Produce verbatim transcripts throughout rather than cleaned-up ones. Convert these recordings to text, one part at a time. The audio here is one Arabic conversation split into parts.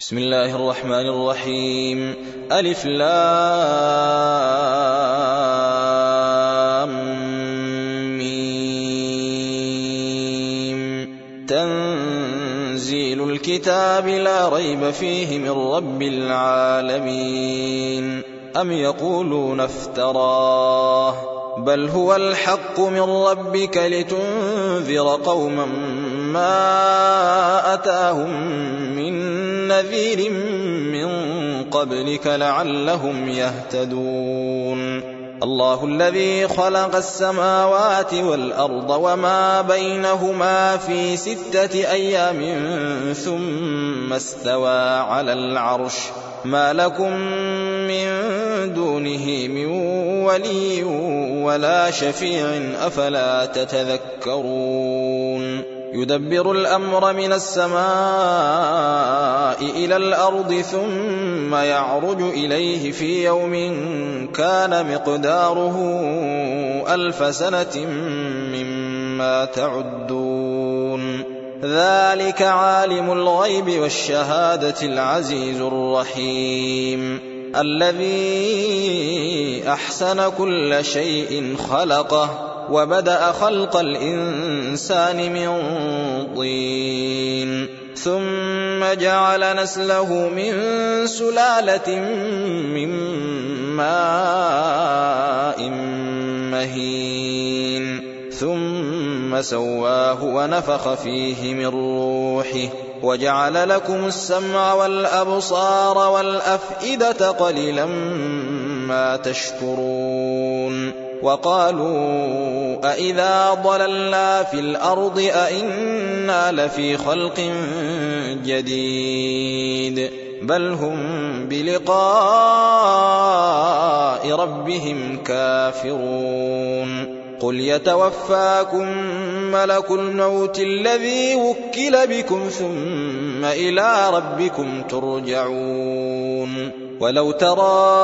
بسم الله الرحمن الرحيم. ألف لام ميم. تنزيل الكتاب لا ريب فيه من رب العالمين. أم يقولون افتراه بل هو الحق من ربك لتنذر قوما ما أتاهم من نذير من قبلك لعلهم يهتدون. الله الذي خلق السماوات والأرض وما بينهما في ستة أيام ثم استوى على العرش ما لكم من دونه من ولي ولا شفيع أفلا تتذكرون. يدبر الأمر من السماء إلى الأرض ثم يعرج إليه في يوم كان مقداره ألف سنة مما تعدون. ذلك عالم الغيب والشهادة العزيز الرحيم الذي أحسن كل شيء خلقه وبدأ خلق الإنسان من طين ثم جعل نسله من سلالة من ماء مهين ثم سواه ونفخ فيه من روحه وجعل لكم السمع والأبصار والأفئدة قليلا ما تشكرون. وقالوا أإذا ضللنا في الأرض أإنا لفي خلق جديد بل هم بلقاء ربهم كافرون. قل يتوفاكم ملك الموت الذي وكل بكم ثم إلى ربكم ترجعون. ولو ترى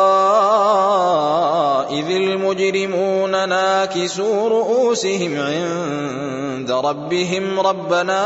إذ المجرمون ناكسوا رؤوسهم عند ربهم ربنا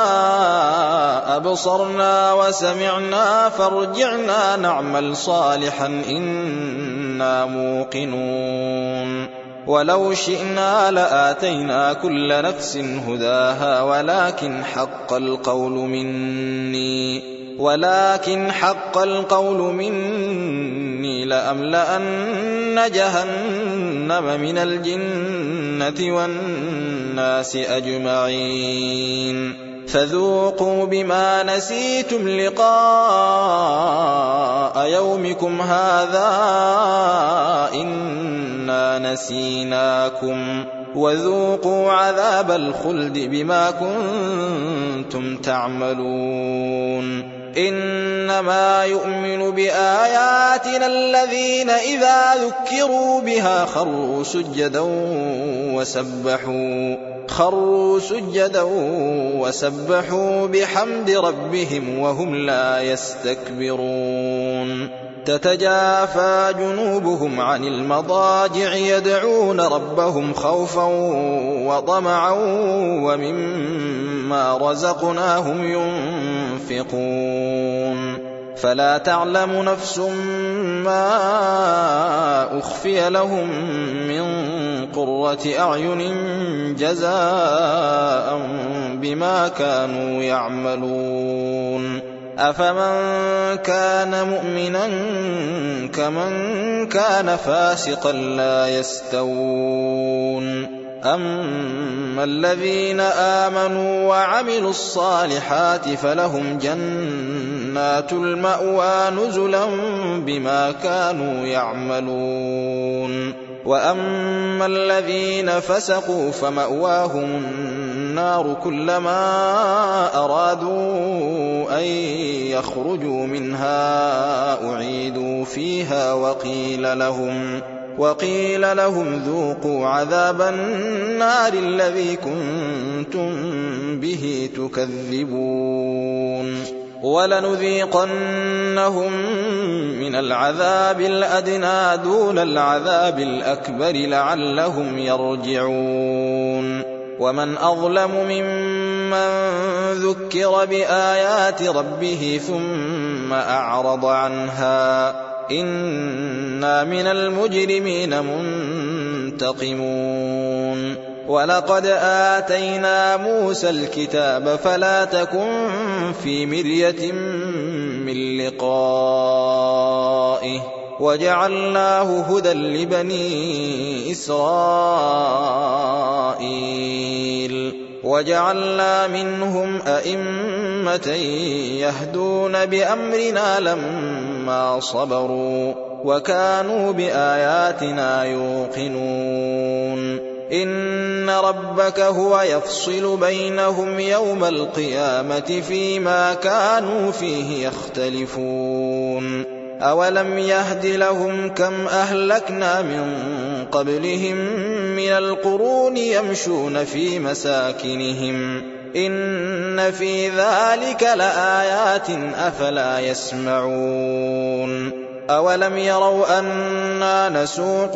أبصرنا وسمعنا فارجعنا نعمل صالحا إنا موقنون. ولو شئنا لآتينا كل نفس هداها ولكن حق القول مني ولكن حق القول مني لأملأن جهنم من الجنة والناس أجمعين. فذوقوا بما نسيتم لقاء يومكم هذا إنا نسيناكم وذوقوا عذاب الخلد بما كنتم تعملون. إنما يؤمن بآياتنا الذين إذا ذكروا بها خروا سجدا وسبحوا خروا سجدا وسبحوا بحمد ربهم وهم لا يستكبرون. تتجافى جنوبهم عن المضاجع يدعون ربهم خوفا وطمعا ومما رزقناهم ينفقون. فلا تعلم نفس ما أخفي لهم من قرة أعين جزاء بما كانوا يعملون. أفمن كان مؤمنا كمن كان فاسقا لا يستوون. أما الذين آمنوا وعملوا الصالحات فلهم جنات المأوى نزلا بما كانوا يعملون. وأما الذين فسقوا فمأواهم النار كلما أرادوا أن يخرجوا منها أعيدوا فيها وقيل لهم وقيل لهم ذوقوا عذاب النار الذي كنتم به تكذبون. ولنذيقنهم من العذاب الأدنى دون العذاب الأكبر لعلهم يرجعون. ومن أظلم ممن من ذكر بآيات ربه ثم أعرض عنها إنا من المجرمين منتقمون ولقد آتينا موسى الكتاب فلا تكن في مرية من لقائه وجعلناه هدى لبني إسرائيل وجعلنا منهم أئمة يهدون بأمرنا لما صبروا وكانوا بآياتنا يوقنون إن ربك هو يفصل بينهم يوم القيامة فيما كانوا فيه يختلفون أولم يهد لهم كم أهلكنا من قبلهم من القرون يمشون في مساكنهم إن في ذلك لآيات أفلا يسمعون أولم يروا أنا نسوق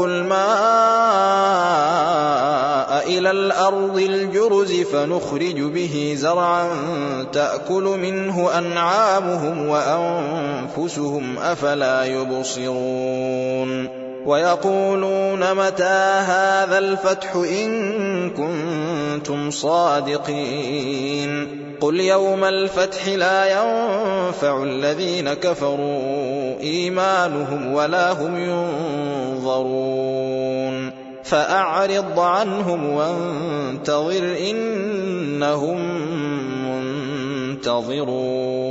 الماء إلى الأرض الجرز فنخرج به زرعا تأكل منه أنعامهم وأنفسهم أفلا يبصرون ويقولون متى هذا الفتح إن كنتم صادقين قل يوم الفتح لا ينفع الذين كفروا إيمانهم ولا هم ينظرون فأعرض عنهم وانتظر إنهم منتظرون